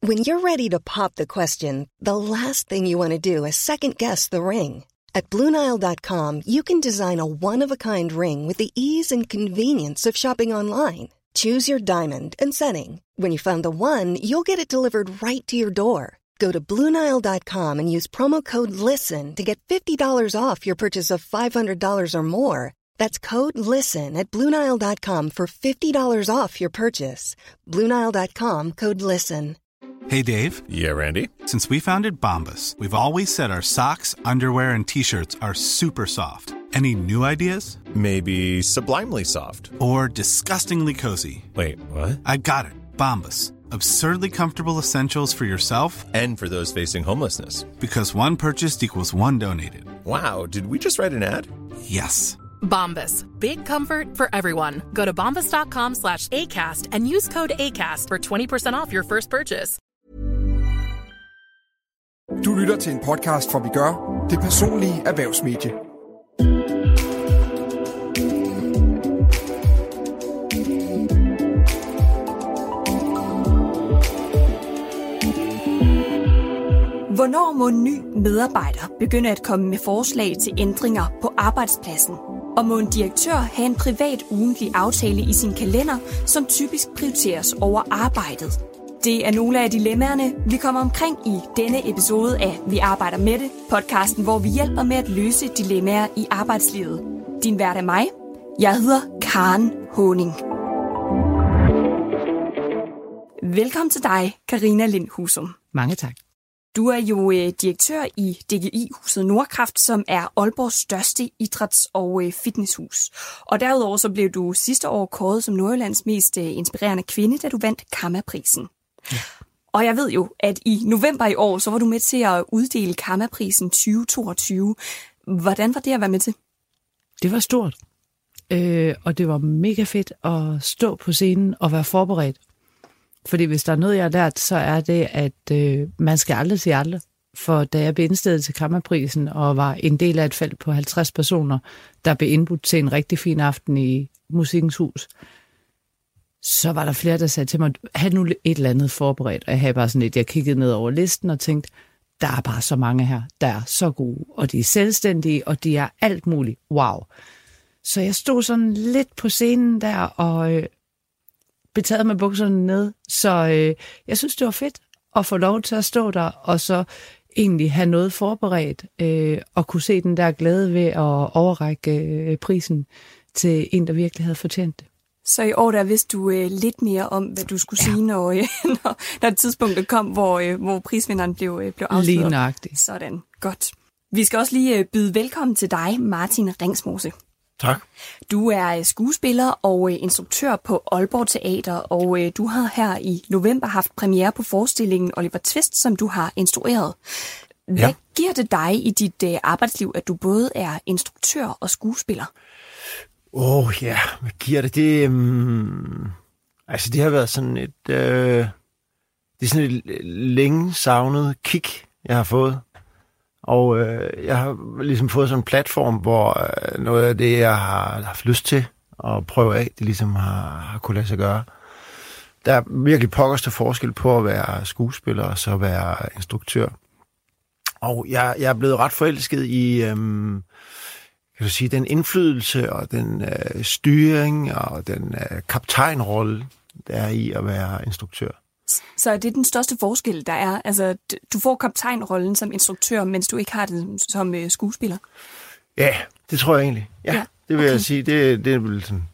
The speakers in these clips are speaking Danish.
When you're ready to pop the question, the last thing you want to do is second-guess the ring. At BlueNile.com, you can design a one-of-a-kind ring with the ease and convenience of shopping online. Choose your diamond and setting. When you find the one, you'll get it delivered right to your door. Go to BlueNile.com and use promo code LISTEN to get $50 off your purchase of $500 or more. That's code LISTEN at BlueNile.com for $50 off your purchase. BlueNile.com, code LISTEN. Hey, Dave. Yeah, Randy. Since we founded Bombas, we've always said our socks, underwear, and T-shirts are super soft. Any new ideas? Maybe sublimely soft. Or disgustingly cozy. Wait, what? I got it. Bombas. Absurdly comfortable essentials for yourself and for those facing homelessness. Because one purchased equals one donated. Wow, did we just write an ad? Yes. Bombas. Big comfort for everyone. Go to bombas.com/ACAST and use code ACAST for 20% off your first purchase. Du lytter til en podcast fra Vi Gør, det personlige erhvervsmedie. Hvornår må en ny medarbejder begynde at komme med forslag til ændringer på arbejdspladsen? Og må en direktør have en privat ugentlig aftale i sin kalender, som typisk prioriteres over arbejdet? Det er nogle af dilemmaerne, vi kommer omkring i denne episode af Vi arbejder med det, podcasten, hvor vi hjælper med at løse dilemmaer i arbejdslivet. Din vært er mig. Jeg hedder Karen Håning. Velkommen til dig, Carina Lind Husum. Mange tak. Du er jo direktør i DGI-huset Nordkraft, som er Aalborgs største idræts- og fitnesshus. Og derudover så blev du sidste år kåret som Nordjyllands mest inspirerende kvinde, da du vandt Kammaprisen. Ja. Og jeg ved jo, at i november i år, så var du med til at uddele Kammaprisen 2022. Hvordan var det at være med til? Det var stort, og det var mega fedt at stå på scenen og være forberedt. Fordi hvis der er noget, jeg har lært, så er det, at man skal aldrig sige aldrig. For da jeg blev indstillet til Kammaprisen og var en del af et felt på 50 personer, der blev indbudt til en rigtig fin aften i Musikkens Hus, så var der flere, der sagde til mig, have nu et eller andet forberedt. Og jeg havde bare sådan jeg kiggede ned over listen og tænkte, der er bare så mange her, der er så gode, og de er selvstændige, og de er alt muligt. Wow. Så jeg stod sådan lidt på scenen der og betaget med bukserne ned, så jeg synes, det var fedt at få lov til at stå der, og så egentlig have noget forberedt, og kunne se den der glæde ved at overrække prisen til en, der virkelig havde fortjent det. Så i år der vidste du lidt mere om, hvad du skulle sige, når tidspunktet kom, hvor prisvinderen blev afsløret. Lige nøjagtigt. Sådan, godt. Vi skal også lige byde velkommen til dig, Martin Ringsmose. Tak. Du er skuespiller og instruktør på Aalborg Teater, og du har her i november haft premiere på forestillingen Oliver Twist, som du har instrueret. Hvad giver det dig i dit arbejdsliv, at du både er instruktør og skuespiller? Hvad giver det? Det har været sådan et det er sådan et længe savnet kick, jeg har fået. Og jeg har ligesom fået sådan en platform, hvor noget af det, jeg har haft lyst til at prøve af, det ligesom har kunne lade sig gøre. Der er virkelig pokkers til forskel på at være skuespiller og så være instruktør. Og jeg er blevet ret forelsket i kan du sige, den indflydelse og den styring og den kaptajnrolle, der er i at være instruktør. Så er det den største forskel, der er? Altså, du får kaptajnrollen som instruktør, mens du ikke har det som skuespiller? Ja, det tror jeg egentlig. Ja, det vil jeg sige. Det er vel sådan...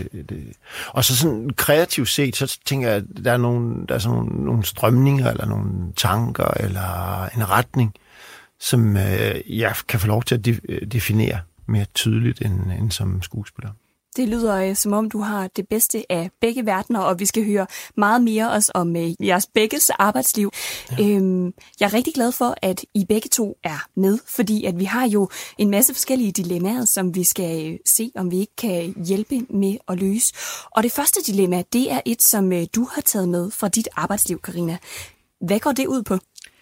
Og så sådan kreativt set, så tænker jeg, at der er sådan nogle strømninger, eller nogle tanker, eller en retning, som jeg kan få lov til at definere mere tydeligt end som skuespiller. Det lyder som om, du har det bedste af begge verdener, og vi skal høre meget mere også om jeres begges arbejdsliv. Ja. Jeg er rigtig glad for, at I begge to er med, fordi at vi har jo en masse forskellige dilemmaer, som vi skal se, om vi ikke kan hjælpe med at løse. Og det første dilemma, det er et, som du har taget med fra dit arbejdsliv, Carina. Hvad går det ud på?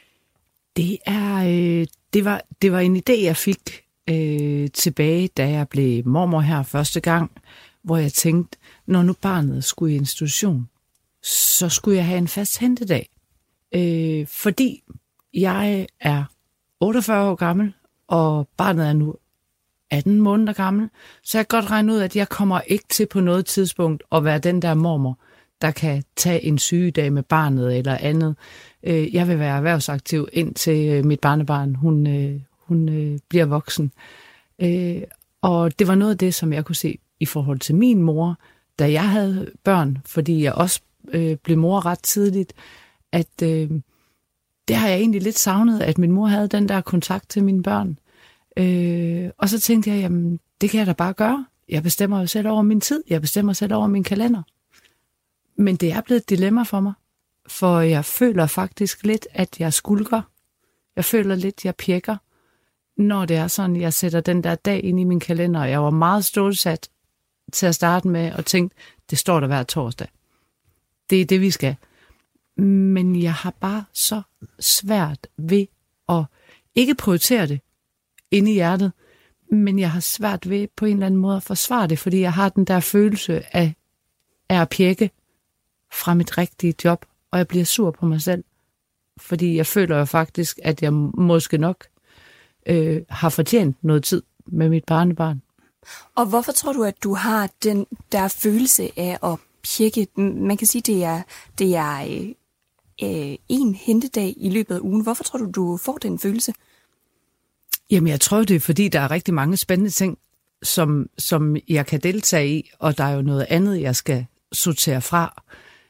Det var en idé, jeg fik tilbage, da jeg blev mormor her første gang, hvor jeg tænkte, når nu barnet skulle i institution, så skulle jeg have en fast hentedag. Fordi jeg er 48 år gammel, og barnet er nu 18 måneder gammel, så jeg kan godt regne ud, at jeg kommer ikke til på noget tidspunkt at være den der mormor, der kan tage en sygedag med barnet eller andet. Jeg vil være erhvervsaktiv indtil mit barnebarn, hun bliver voksen. Og det var noget af det, som jeg kunne se i forhold til min mor, da jeg havde børn, fordi jeg også blev mor ret tidligt, at det har jeg egentlig lidt savnet, at min mor havde den der kontakt til mine børn. Og så tænkte jeg, jamen, det kan jeg da bare gøre. Jeg bestemmer jo selv over min tid. Jeg bestemmer selv over min kalender. Men det er blevet et dilemma for mig. For jeg føler faktisk lidt, at jeg skulker. Jeg føler lidt, jeg pjekker. Når det er sådan, jeg sætter den der dag ind i min kalender. Og jeg var meget stålsat til at starte med og tænkte, det står der hver torsdag. Det er det, vi skal. Men jeg har bare så svært ved at ikke prioritere det inde i hjertet, men jeg har svært ved på en eller anden måde at forsvare det, fordi jeg har den der følelse af at pjekke fra mit rigtige job, og jeg bliver sur på mig selv, fordi jeg føler jo faktisk, at jeg måske nok har fortjent noget tid med mit barnebarn. Og hvorfor tror du, at du har den der følelse af at pjekke? Man kan sige, det er en hentedag i løbet af ugen. Hvorfor tror du får den følelse? Jamen, jeg tror, det er, fordi der er rigtig mange spændende ting, som jeg kan deltage i, og der er jo noget andet, jeg skal sortere fra.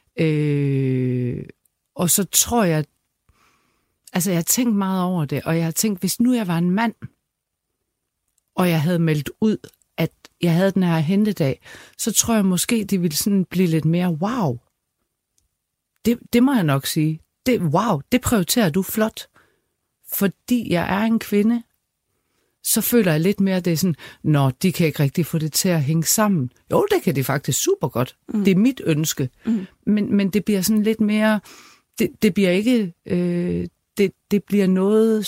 Og så tror jeg, altså jeg har tænkt meget over det, og jeg har tænkt, hvis nu jeg var en mand, og jeg havde meldt ud, at jeg havde den her hentedag, så tror jeg måske, det ville sådan blive lidt mere wow. Det må jeg nok sige. Det prioriterer du flot. Fordi jeg er en kvinde, så føler jeg lidt mere, at det er sådan, nå, de kan ikke rigtig få det til at hænge sammen. Jo, det kan de faktisk super godt. Det er mit ønske. Men det bliver sådan lidt mere, det bliver ikke, det bliver noget,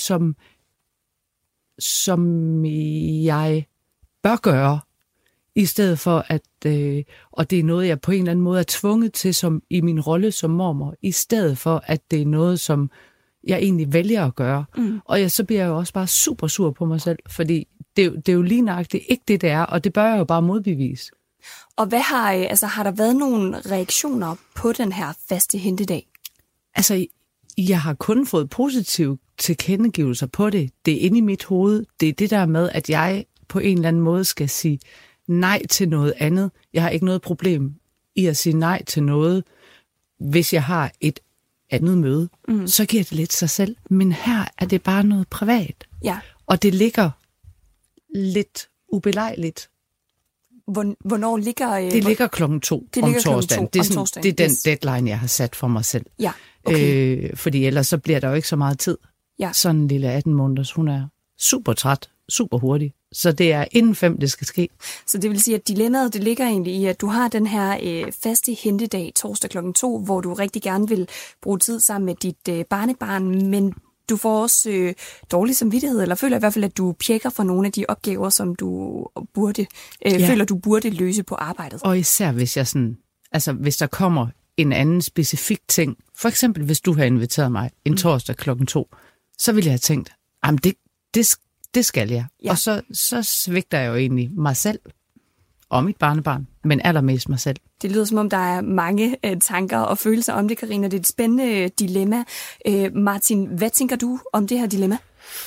som jeg bør gøre, i stedet for at, og det er noget, jeg på en eller anden måde er tvunget til som i min rolle som mormor, i stedet for, at det er noget, som jeg egentlig vælger at gøre. Og så bliver jeg jo også bare super sur på mig selv, fordi det er jo lige nøjagtigt ikke det er, og det bør jeg jo bare modbevise. Og hvad har der været nogle reaktioner på den her faste hentedag? Altså, jeg har kun fået positive tilkendegivelser på det. Det er inde i mit hoved. Det er det der med, at jeg på en eller anden måde skal sige nej til noget andet. Jeg har ikke noget problem i at sige nej til noget, hvis jeg har et andet møde. Så giver det lidt sig selv. Men her er det bare noget privat. Ja. Og det ligger lidt ubelejligt. Hvornår ligger... Det ligger 2:00 om torsdagen. Det er den deadline, jeg har sat for mig selv. Ja, okay. Fordi ellers så bliver der jo ikke så meget tid. Ja. Sådan en lille 18 måneders, hun er super træt, super hurtig. Så det er inden 5, det skal ske. Så det vil sige, at dilemmaet det ligger egentlig i, at du har den her faste hentedag torsdag 2:00, hvor du rigtig gerne vil bruge tid sammen med dit barnebarn, men du får også dårlig samvittighed, eller føler i hvert fald, at du pjekker for nogle af de opgaver, som du føler, du burde løse på arbejdet. Og især hvis jeg sådan, altså hvis der kommer en anden specifik ting, for eksempel hvis du har inviteret mig en torsdag 2:00, så ville jeg have tænkt, jamen det skal jeg. Ja. Og så svigter jeg jo egentlig mig selv og mit barnebarn, men allermest mig selv. Det lyder som om, der er mange tanker og følelser om det, Karina. Det er et spændende dilemma. Martin, hvad tænker du om det her dilemma?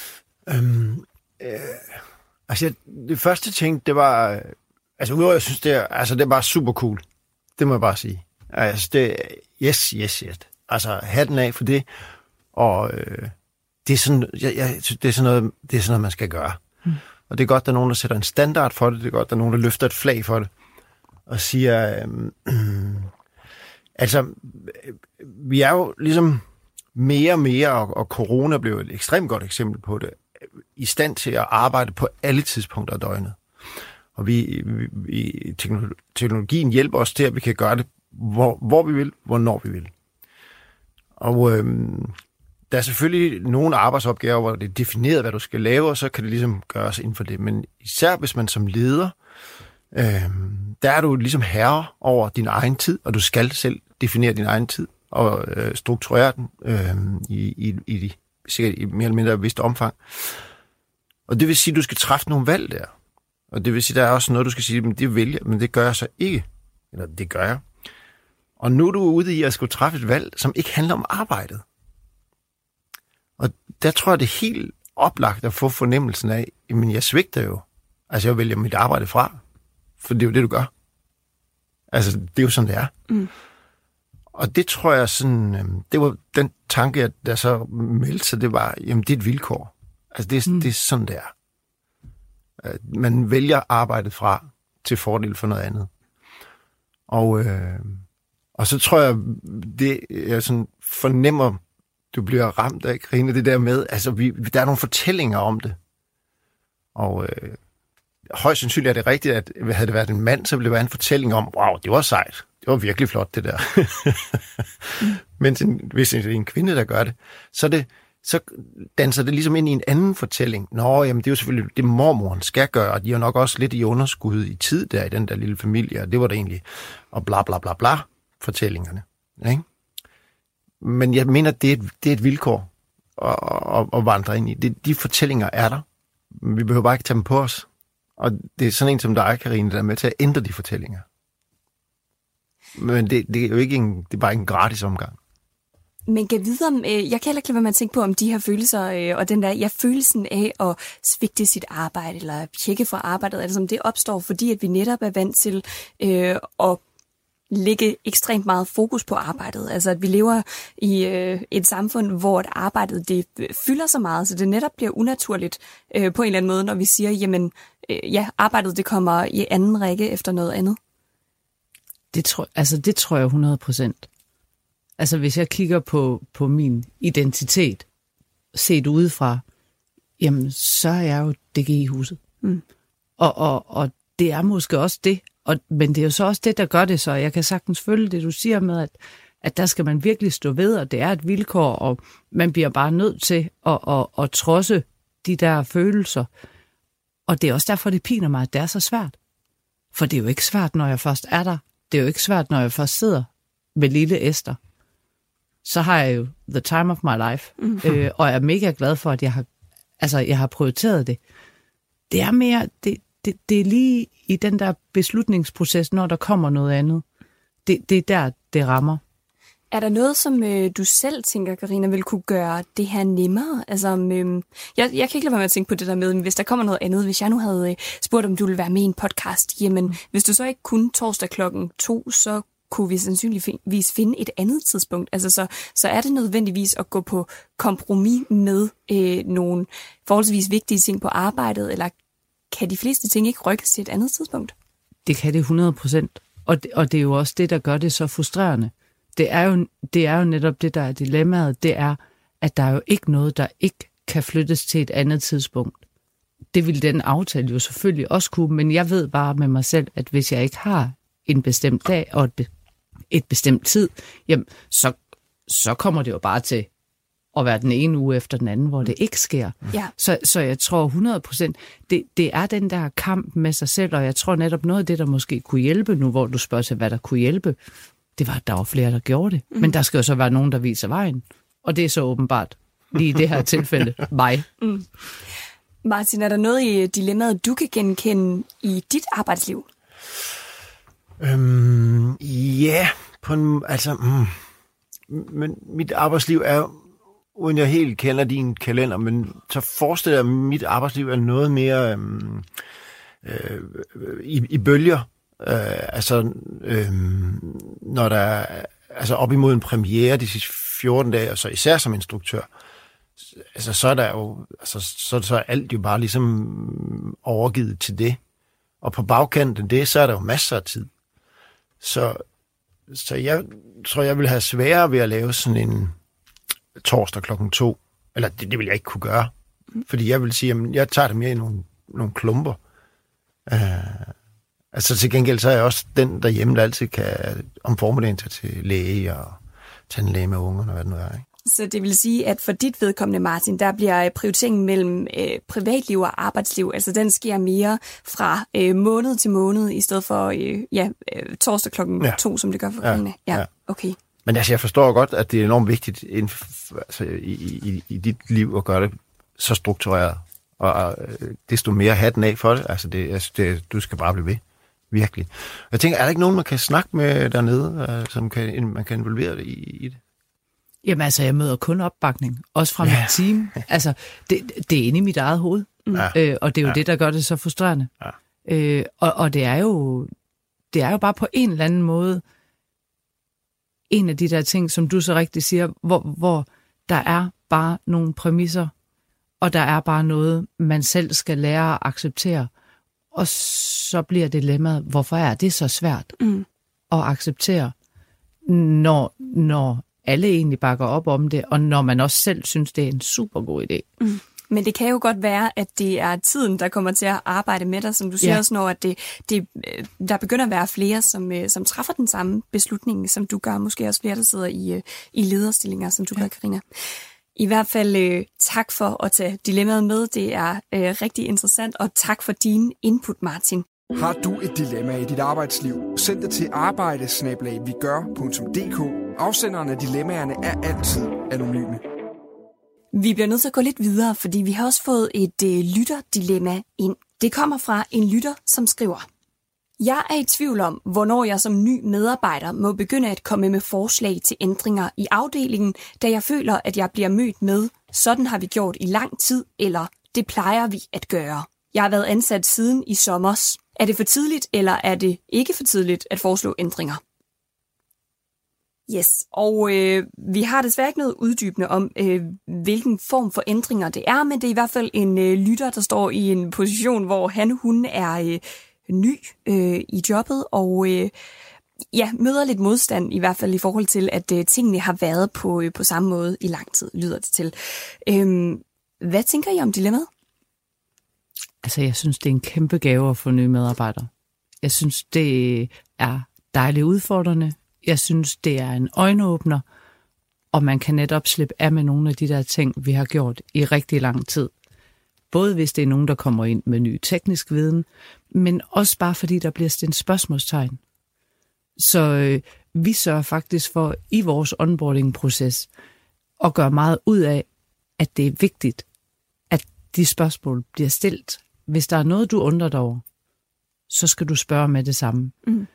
Det første ting, det var... Altså, udover jeg synes, det er bare super cool. Det må jeg bare sige. Altså, det yes. Altså, hatten af for det. Og det er sådan, det er sådan noget, man skal gøre. Og det er godt, der er nogen, der sætter en standard for det. Det er godt, der er nogen, der løfter et flag for det. Og siger, altså, vi er jo ligesom mere og mere, og corona blev et ekstremt godt eksempel på det, i stand til at arbejde på alle tidspunkter af døgnet. Og teknologien hjælper os til, at vi kan gøre det, hvor vi vil, hvornår vi vil. Og der er selvfølgelig nogle arbejdsopgaver, hvor det er defineret, hvad du skal lave, og så kan det ligesom gøres inden for det. Men især hvis man som leder, der er du ligesom herre over din egen tid, og du skal selv definere din egen tid. og strukturere den sikkert i mere eller mindre vist omfang. Og det vil sige, at du skal træffe nogle valg der. Og det vil sige, at der er også noget, du skal sige, men det vil jeg, men det gør jeg så ikke. Eller det gør jeg. Og nu er du ude i at skulle træffe et valg, som ikke handler om arbejdet. Og der tror jeg, det er helt oplagt at få fornemmelsen af, men jeg svigter jo. Altså, jeg vælger mit arbejde fra. For det er jo det, du gør. Altså, det er jo sådan, det er. Mm. Og det tror jeg sådan, det var den tanke, der så meldte sig, det var, jamen, det er et vilkår. Altså, det er sådan, det er. Man vælger arbejdet fra til fordel for noget andet. Og så tror jeg, det jeg sådan fornemmer, du bliver ramt af, Karina, det der med, altså, der er nogle fortællinger om det. Og højst sandsynligt er det rigtigt, at havde det været en mand, så ville det være en fortælling om, wow, det var sejt. Det var virkelig flot, det der. Men hvis det er en kvinde, der gør det, så danser det ligesom ind i en anden fortælling. Nå, jamen det er jo selvfølgelig det, mormoren skal gøre, og de er nok også lidt i underskud i tid der i den der lille familie, og det var det egentlig, og bla bla bla bla, fortællingerne. Ikke? Men jeg mener, det er et vilkår at vandre ind i. De fortællinger er der. Vi behøver bare ikke tage dem på os. Og det er sådan en som dig, Karina, der er med til at ændre de fortællinger. Men det er jo ikke det er bare en gratis omgang. Men kan videre, jeg kan heller ikke lade være med at tænke på, om de her følelser, og den der, følelsen af at svigte sit arbejde, eller tjekke fra arbejdet, altså om det opstår, fordi at vi netop er vant til at lægge ekstremt meget fokus på arbejdet. Altså at vi lever i et samfund, hvor arbejdet det fylder så meget, så det netop bliver unaturligt på en eller anden måde, når vi siger, jamen arbejdet det kommer i anden række efter noget andet. Det tror jeg 100%. Altså hvis jeg kigger på min identitet, set udefra, jamen så er jeg jo DGI-huset. Mm. Og det er måske også det, men det er jo så også det, der gør det så. Jeg kan sagtens følge det, du siger med, at der skal man virkelig stå ved, og det er et vilkår, og man bliver bare nødt til at trodse de der følelser. Og det er også derfor, det piner mig, at det er så svært. For det er jo ikke svært, når jeg først er der. Det er jo ikke svært, når jeg først sidder med lille Esther. Så har jeg jo the time of my life, og jeg er mega glad for, at jeg har prioriteret det. Det er mere, det er lige i den der beslutningsproces, når der kommer noget andet. Det er der, det rammer. Er der noget, som du selv tænker, Karina, vil kunne gøre det her nemmere? Altså, jeg kan ikke lade være med at tænke på det der med, hvis der kommer noget andet. Hvis jeg nu havde spurgt, om du ville være med i en podcast, jamen, hvis du så ikke kunne torsdag 2:00, så kunne vi sandsynligvis finde et andet tidspunkt. Altså, så er det nødvendigvis at gå på kompromis med nogle forholdsvis vigtige ting på arbejdet, eller kan de fleste ting ikke rykkes til et andet tidspunkt? Det kan det 100%. Og det er jo også det, der gør det så frustrerende. Det er jo netop det, der er dilemmaet. Det er, at der er jo ikke noget, der ikke kan flyttes til et andet tidspunkt. Det vil den aftale jo selvfølgelig også kunne, men jeg ved bare med mig selv, at hvis jeg ikke har en bestemt dag og et bestemt tid, jamen, så kommer det jo bare til at være den ene uge efter den anden, hvor det ikke sker. Ja. Så jeg tror 100%, det er den der kamp med sig selv, og jeg tror netop noget af det, der måske kunne hjælpe nu, hvor du spørger til, hvad der kunne hjælpe, det var, at der var flere, der gjorde det. Men der skal jo så være nogen, der viser vejen. Og det er så åbenbart lige i det her tilfælde mig. Mm. Martin, er der noget i dilemmaet, du kan genkende i dit arbejdsliv? Men mit arbejdsliv er, uden jeg helt kender din kalender, men så forestiller jeg, at mit arbejdsliv er noget mere i bølger. Når der er op imod en premiere de sidste 14 dage, og så især som instruktør, så er der jo, så er alt jo bare ligesom overgivet til det. Og på bagkanten det, så er der jo masser af tid. Så jeg tror, jeg vil have sværere ved at lave sådan en torsdag 2:00. Eller det vil jeg ikke kunne gøre. Fordi jeg vil sige, at jeg tager det mere i nogle klumper. Til gengæld så er jeg også den derhjemme, der altid kan om formiddagen tage til læge og tandlæge med ungerne og hvad det nu er. Ikke? Så det vil sige, at for dit vedkommende, Martin, der bliver prioriteringen mellem privatliv og arbejdsliv, altså den sker mere fra måned til måned, i stedet for torsdag 2:00, som det gør for Karina. Ja, okay. Men altså, jeg forstår godt, at det er enormt vigtigt i dit liv at gøre det så struktureret. Og desto mere hatten af for det. Altså, du skal bare blive ved. Virkelig. Jeg tænker, er der ikke nogen, man kan snakke med dernede, som man kan involvere det i det? Jamen altså, jeg møder kun opbakning. Også fra mit team. Altså, det er inde i mit eget hoved. Og det er jo det, der gør det så frustrerende. Ja. Og det er jo bare på en eller anden måde en af de der ting, som du så rigtig siger, hvor der er bare nogle præmisser, og der er bare noget, man selv skal lære at acceptere. Og så bliver dilemmaet, hvorfor er det så svært at acceptere, når alle egentlig bakker op om det, og når man også selv synes, det er en super god idé. Men det kan jo godt være, at det er tiden, der kommer til at arbejde med dig, som du siger også, når at der begynder at være flere, som træffer den samme beslutning, som du gør. Måske også flere, der sidder i lederstillinger, som du gør, Karina. I hvert fald tak for at tage dilemmaet med. Det er rigtig interessant, og tak for din input, Martin. Har du et dilemma i dit arbejdsliv? Send det til arbejde@vigør.dk. Afsenderne af dilemmaerne er altid anonyme. Vi bliver nødt til at gå lidt videre, fordi vi har også fået et lytterdilemma ind. Det kommer fra en lytter, som skriver: Jeg er i tvivl om, hvornår jeg som ny medarbejder må begynde at komme med forslag til ændringer i afdelingen, da jeg føler, at jeg bliver mødt med, sådan har vi gjort i lang tid, eller det plejer vi at gøre. Jeg har været ansat siden i sommers. Er det for tidligt, eller er det ikke for tidligt at foreslå ændringer? Yes, og vi har desværre ikke noget uddybende om, hvilken form for ændringer det er, men det er i hvert fald en lytter, der står i en position, hvor hun er ny i jobbet, og møder lidt modstand, i hvert fald i forhold til, at tingene har været på samme måde i lang tid, lyder det til. Hvad tænker I om dilemmaet? Altså, jeg synes, det er en kæmpe gave at få nye medarbejdere. Jeg synes, det er dejligt udfordrende. Jeg synes, det er en øjenåbner, og man kan netop slippe af med nogle af de der ting, vi har gjort i rigtig lang tid. Både hvis det er nogen, der kommer ind med ny teknisk viden, men også bare fordi der bliver stillet spørgsmålstegn. Så vi sørger faktisk for i vores onboarding-proces at gøre meget ud af, at det er vigtigt, at de spørgsmål bliver stillet. Hvis der er noget, du undrer dig over, så skal du spørge med det samme.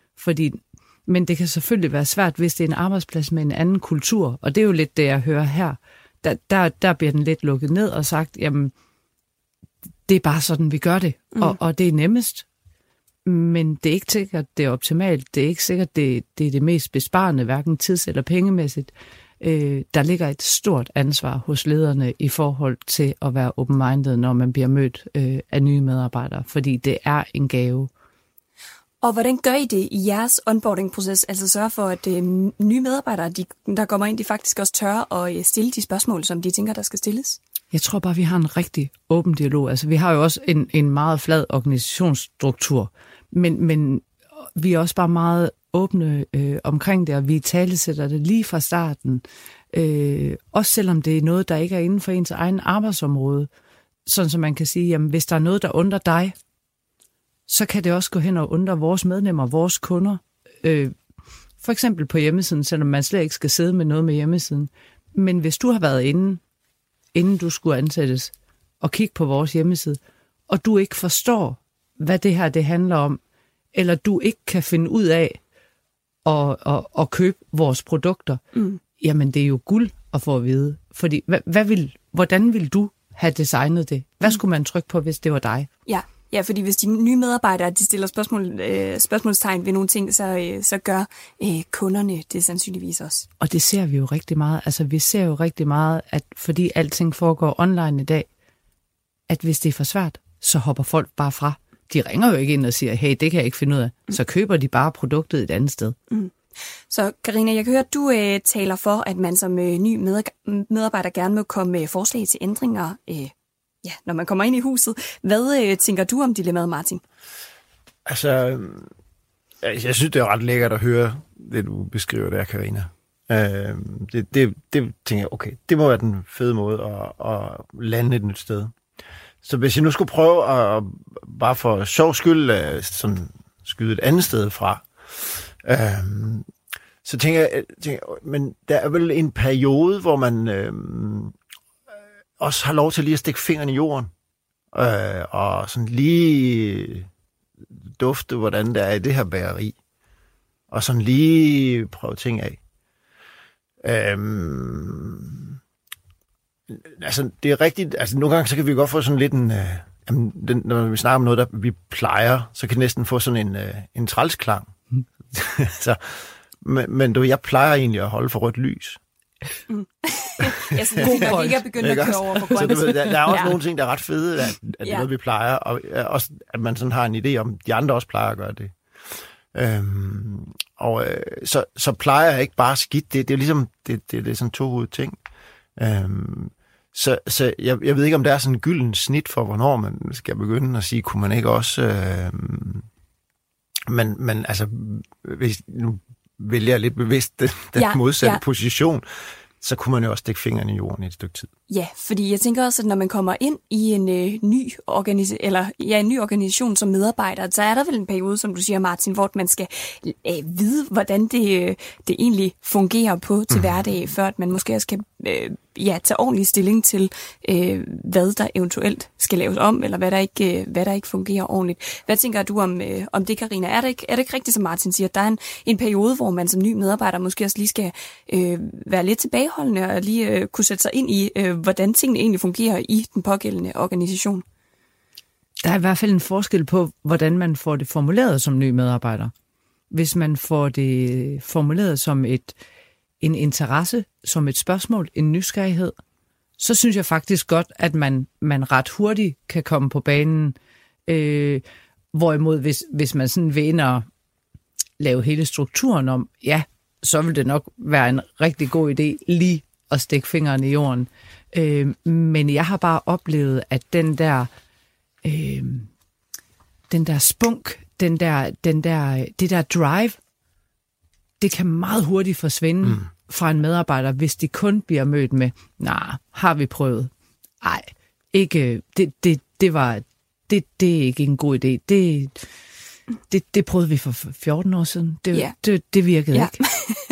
Men det kan selvfølgelig være svært, hvis det er en arbejdsplads med en anden kultur, og det er jo lidt det, jeg hører her. Der bliver den lidt lukket ned og sagt, jamen, det er bare sådan, vi gør det, og det er nemmest. Men det er ikke sikkert, det er optimalt. Det er ikke sikkert, det er det mest besparende, hverken tids- eller pengemæssigt. Der ligger et stort ansvar hos lederne i forhold til at være open-minded, når man bliver mødt af nye medarbejdere, fordi det er en gave. Og hvordan gør I det i jeres onboarding-proces? Altså sørge for, at nye medarbejdere, der kommer ind, de faktisk også tør at stille de spørgsmål, som de tænker, der skal stilles? Jeg tror bare, vi har en rigtig åben dialog. Altså, vi har jo også en meget flad organisationsstruktur, men vi er også bare meget åbne omkring det, og vi talesætter det lige fra starten. Også selvom det er noget, der ikke er inden for ens egen arbejdsområde. Sådan som man kan sige, jamen hvis der er noget, der undrer dig, så kan det også gå hen og undre vores medlemmer, vores kunder. For eksempel på hjemmesiden, selvom man slet ikke skal sidde med noget med hjemmesiden. Men hvis du har været inden du skulle ansættes, og kigge på vores hjemmeside, og du ikke forstår, hvad det her det handler om, eller du ikke kan finde ud af at købe vores produkter, jamen det er jo guld at få at vide. Fordi hvordan vil du have designet det? Hvad skulle man trykke på, hvis det var dig? Ja, fordi hvis de nye medarbejdere de stiller spørgsmålstegn ved nogle ting, så gør kunderne det sandsynligvis også. Og det ser vi jo rigtig meget. Altså vi ser jo rigtig meget, at fordi alting foregår online i dag, at hvis det er for svært, så hopper folk bare fra. De ringer jo ikke ind og siger, hey, det kan jeg ikke finde ud af. Så køber de bare produktet et andet sted. Så Karina, jeg kan høre, at du taler for, at man som ny medarbejder gerne må komme med forslag til ændringer, når man kommer ind i huset. Hvad tænker du om dilemmaet, Martin? Altså, jeg synes, det er ret lækkert at høre det, du beskriver der, Karina. Det tænker jeg, okay, det må være den fede måde at lande et nyt sted. Så hvis jeg nu skulle prøve at bare for sjov skyld sådan skyde et andet sted fra, så tænker jeg, men der er vel en periode, hvor man også har lov til lige at stikke fingeren i jorden, og sådan lige dufte, hvordan det er i det her bageri, og sådan lige prøve ting af. Altså, det er rigtigt, altså nogle gange, så kan vi godt få sådan lidt når vi snakker om noget, der vi plejer, så kan det næsten få sådan en trælsklang. Så, men jeg plejer egentlig at holde for rødt lys. Ja, så det er ikke at begynde at køre over på grønt. Så der er også nogle ting, der er ret fede, at det er noget, vi plejer, og også, at man sådan har en idé om, de andre også plejer at gøre det. Så plejer jeg ikke bare skidt. Det er ligesom, det er sådan to ting. Så jeg ved ikke, om der er sådan en gylden snit for, hvornår man skal begynde at sige, kunne man ikke også... Men altså, hvis nu vælger jeg lidt bevidst den modsatte position, så kunne man jo også stikke fingrene i jorden i et stykke tid. Ja, fordi jeg tænker også, at når man kommer ind i en ny organisation som medarbejder, så er der vel en periode, som du siger, Martin, hvor man skal vide, hvordan det egentlig fungerer på til hverdag, før at man måske også kan tage ordentlig stilling til, hvad der eventuelt skal laves om, eller hvad der ikke fungerer ordentligt. Hvad tænker du om det, Karina? Er det ikke rigtigt, som Martin siger, at der er en periode, hvor man som ny medarbejder måske også lige skal være lidt tilbageholdende og lige kunne sætte sig ind i, hvordan tingene egentlig fungerer i den pågældende organisation? Der er i hvert fald en forskel på, hvordan man får det formuleret som ny medarbejder. Hvis man får det formuleret som en interesse, som et spørgsmål, en nysgerrighed, så synes jeg faktisk godt, at man ret hurtigt kan komme på banen. Hvorimod, hvis man sådan vil ind og lave hele strukturen om, ja, så vil det nok være en rigtig god idé lige at stikke fingeren i jorden. Men jeg har bare oplevet, at den der spunk, det der drive, det kan meget hurtigt forsvinde fra en medarbejder, hvis de kun bliver mødt med, har vi prøvet? Nej, ikke. Det er ikke en god idé. Det prøvede vi for 14 år siden. Det virkede ikke.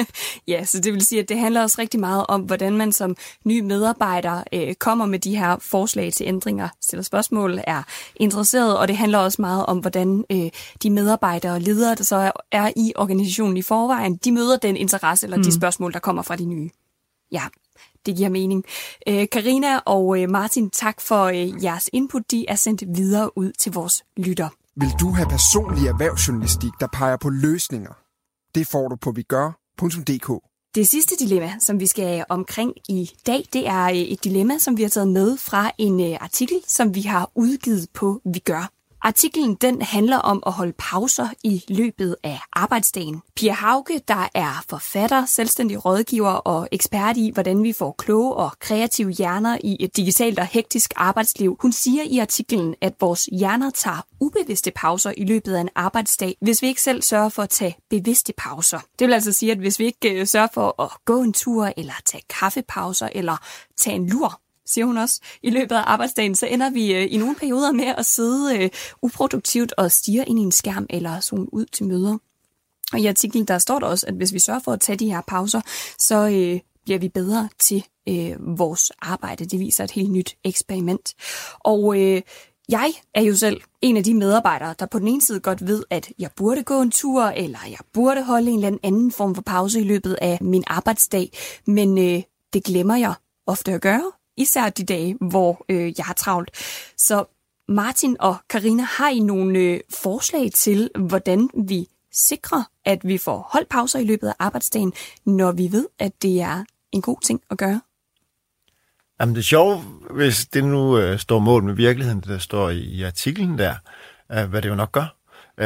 Ja, så det vil sige, at det handler også rigtig meget om, hvordan man som ny medarbejder kommer med de her forslag til ændringer, stiller spørgsmål, er interesseret, og det handler også meget om, hvordan de medarbejdere og ledere, der så er i organisationen i forvejen, de møder den interesse eller de spørgsmål, der kommer fra de nye. Ja, det giver mening. Karina og Martin, tak for jeres input. De er sendt videre ud til vores lytter. Vil du have personlig erhvervsjournalistik, der peger på løsninger? Det får du på vigør.dk. Det sidste dilemma, som vi skal omkring i dag, det er et dilemma, som vi har taget med fra en artikel, som vi har udgivet på Vigør. Artiklen den handler om at holde pauser i løbet af arbejdsdagen. Pia Hauge, der er forfatter, selvstændig rådgiver og ekspert i, hvordan vi får kloge og kreative hjerner i et digitalt og hektisk arbejdsliv. Hun siger i artiklen, at vores hjerner tager ubevidste pauser i løbet af en arbejdsdag, hvis vi ikke selv sørger for at tage bevidste pauser. Det vil altså sige, at hvis vi ikke sørger for at gå en tur, eller tage kaffepauser, eller tage en lur, siger hun også, i løbet af arbejdsdagen, så ender vi i nogle perioder med at sidde uproduktivt og stirre ind i en skærm eller zone ud til møder. Og i artiklen, der står der også, at hvis vi sørger for at tage de her pauser, så bliver vi bedre til vores arbejde. Det viser et helt nyt eksperiment. Og jeg er jo selv en af de medarbejdere, der på den ene side godt ved, at jeg burde gå en tur, eller jeg burde holde en eller anden form for pause i løbet af min arbejdsdag, men det glemmer jeg ofte at gøre. Især de dage, hvor jeg har travlt. Så Martin og Karina, har I nogle forslag til, hvordan vi sikrer, at vi får holdt pauser i løbet af arbejdsdagen, når vi ved, at det er en god ting at gøre? Jamen det er sjovt, hvis det nu står mål med virkeligheden, det der står i artiklen der, hvad det jo nok gør,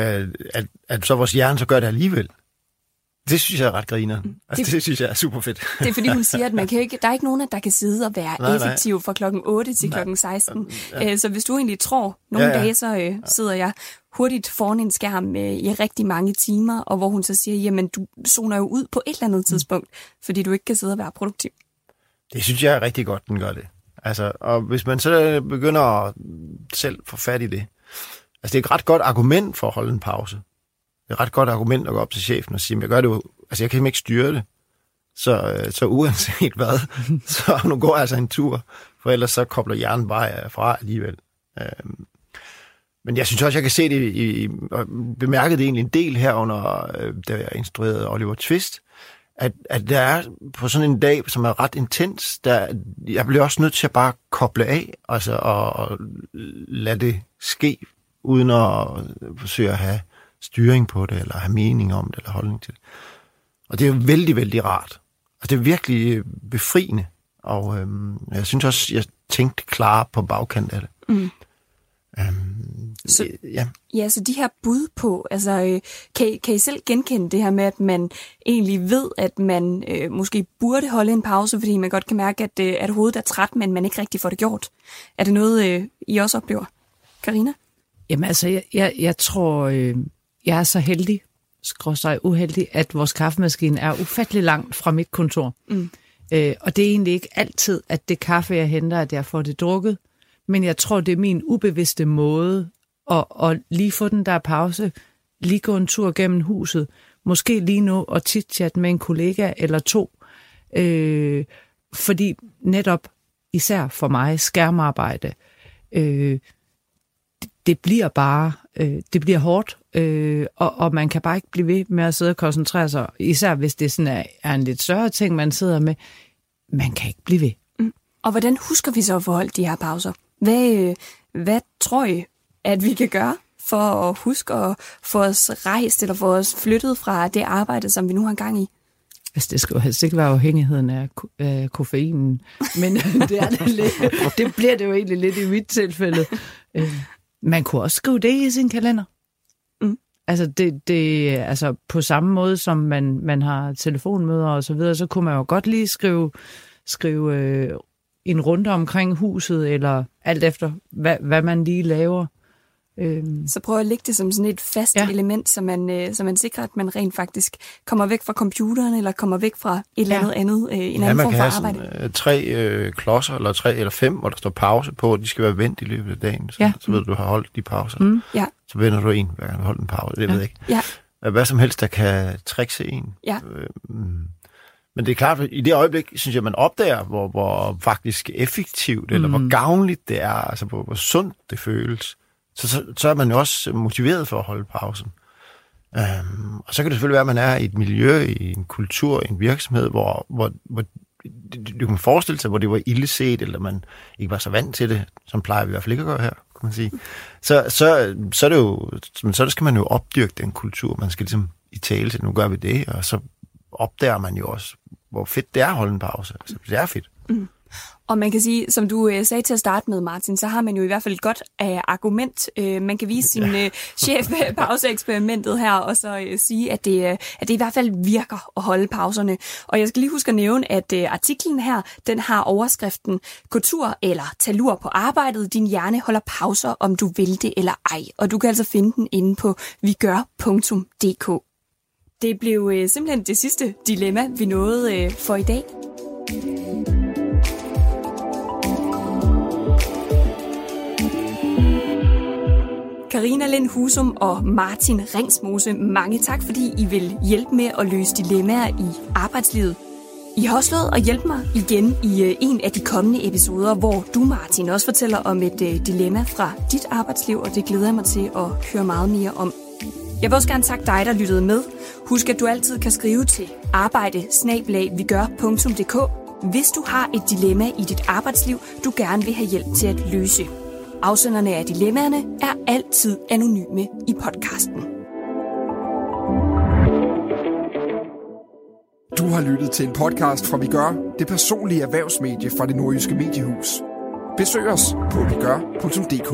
at så vores hjerne så gør det alligevel. Det synes jeg er ret griner. Altså, det synes jeg er super fedt. Det er fordi, hun siger, at man kan ikke, der er ikke nogen, der kan sidde og være effektiv fra klokken 8 til klokken 16. Så hvis du egentlig tror, nogle dage, så sidder jeg hurtigt foran en skærm i rigtig mange timer, og hvor hun så siger, jamen du zoner jo ud på et eller andet tidspunkt, fordi du ikke kan sidde og være produktiv. Det synes jeg er rigtig godt, den gør det. Altså, og hvis man så begynder at selv få fat i det, altså det er et ret godt argument for at holde en pause. er et ret godt argument at gå op til chefen og sige, jeg gør det jo, altså jeg kan ikke styre det. Så uanset hvad, så nu går jeg altså en tur, for ellers så kobler hjernen bare fra alligevel. Men jeg synes også, jeg kan se det og bemærkede det egentlig en del herunder, da jeg instruerede Oliver Twist, at der er på sådan en dag, som er ret intens, jeg bliver også nødt til at bare koble af, altså og lade det ske, uden at forsøge at have styring på det, eller have mening om det, eller holdning til det. Og det er jo vældig, vældig rart. Og det er virkelig befriende. Og jeg synes også, jeg tænkte klar på bagkant af det. Mm. Så de her bud på, altså kan I selv genkende det her med, at man egentlig ved, at man måske burde holde en pause, fordi man godt kan mærke, at hovedet er træt, men man ikke rigtig får det gjort? Er det noget, I også oplever? Karina? Jamen altså, jeg tror, jeg er så heldig, uheldig, at vores kaffemaskine er ufattelig langt fra mit kontor. Mm. Og det er egentlig ikke altid, at det kaffe, jeg henter, at jeg får det drukket. Men jeg tror, det er min ubevidste måde at lige få den der pause, lige gå en tur gennem huset, måske lige nu og chit-chat med en kollega eller to. Fordi netop, især for mig, skærmarbejde, det bliver bare, det bliver hårdt, og man kan bare ikke blive ved med at sidde og koncentrere sig, især hvis det sådan er en lidt større ting, man sidder med. Man kan ikke blive ved. Mm. Og hvordan husker vi så at forholde de her pauser? Hvad tror I, at vi kan gøre for at huske at få os rejst eller få os flyttet fra det arbejde, som vi nu har gang i? Altså, det skal jo helst ikke være afhængigheden af koffeinen, men det er det lidt. Det bliver det jo egentlig lidt i mit tilfælde. Man kunne også skrive det i sin kalender. Mm. Altså, altså på samme måde, som man har telefonmøder og så videre, så kunne man jo godt lige skrive en runde omkring huset, eller alt efter, hvad man lige laver. Så prøv at lægge det som sådan et fast element, så man sikrer, at man rent faktisk kommer væk fra computeren, eller kommer væk fra et eller andet, en anden form for arbejde. Man kan have 3 klodser, eller 3 eller 5, hvor der står pause på, og de skal være vendt i løbet af dagen. Så ved du har holdt de pauser. Mm. Ja. Så vender du en, hver gang du holder en pause. Det ved jeg ikke. Ja. Hvad som helst, der kan trikse en. Ja. Men det er klart, at i det øjeblik, synes jeg, man opdager, hvor faktisk effektivt, eller hvor gavnligt det er, altså hvor sundt det føles, så er man jo også motiveret for at holde pausen. Og så kan det selvfølgelig være, at man er i et miljø, i en kultur, i en virksomhed, hvor du kan forestille sig, hvor det var illeset, eller man ikke var så vant til det, som plejer vi i hvert fald ikke at gøre her, kan man sige. Så er det jo, så skal man jo opdyrke den kultur, man skal ligesom i tale til, nu gør vi det, og så opdager man jo også, hvor fedt det er at holde en pause. Altså, det er fedt. Mm. Og man kan sige, som du sagde til at starte med, Martin, så har man jo i hvert fald et godt argument. Man kan vise sin chef pauseeksperimentet her, og så sige, at det i hvert fald virker at holde pauserne. Og jeg skal lige huske at nævne, at artiklen her, den har overskriften Kultur eller talur på arbejdet. Din hjerne holder pauser, om du vil det eller ej. Og du kan altså finde den inde på vigør.dk. Det blev simpelthen det sidste dilemma, vi nåede for i dag. Karina Lind Husum og Martin Ringsmose, mange tak, fordi I vil hjælpe med at løse dilemmaer i arbejdslivet. I har også lovet at hjælpe mig igen i en af de kommende episoder, hvor du, Martin, også fortæller om et dilemma fra dit arbejdsliv, og det glæder jeg mig til at høre meget mere om. Jeg vil også gerne takke dig, der lyttede med. Husk, at du altid kan skrive til arbejde@vigør.dk, hvis du har et dilemma i dit arbejdsliv, du gerne vil have hjælp til at løse. Afsenderne af dilemmaerne er altid anonyme i podcasten. Du har lyttet til en podcast fra Vigør, det personlige erhvervsmedie fra Det Nordjyske Mediehus. Besøg os på vigør.dk.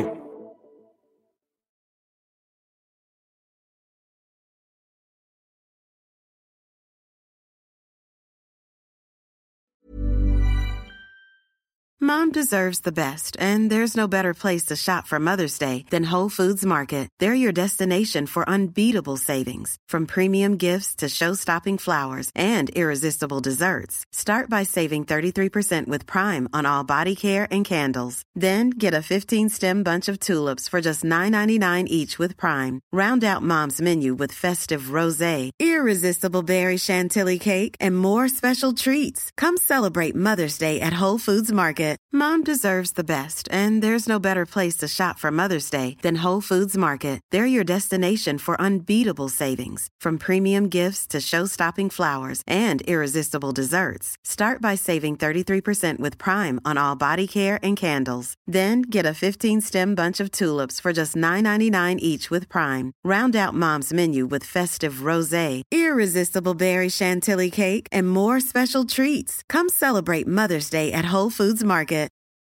Mom deserves the best, and there's no better place to shop for Mother's Day than Whole Foods Market. They're your destination for unbeatable savings, from premium gifts to show-stopping flowers and irresistible desserts. Start by saving 33% with Prime on all body care and candles. Then get a 15-stem bunch of tulips for just $9.99 each with Prime. Round out Mom's menu with festive rosé, irresistible berry chantilly cake, and more special treats. Come celebrate Mother's Day at Whole Foods Market. Mom deserves the best, and there's no better place to shop for Mother's Day than Whole Foods Market. They're your destination for unbeatable savings, from premium gifts to show-stopping flowers and irresistible desserts. Start by saving 33% with Prime on all body care and candles. Then get a 15-stem bunch of tulips for just $9.99 each with Prime. Round out Mom's menu with festive rosé, irresistible berry chantilly cake, and more special treats. Come celebrate Mother's Day at Whole Foods Market.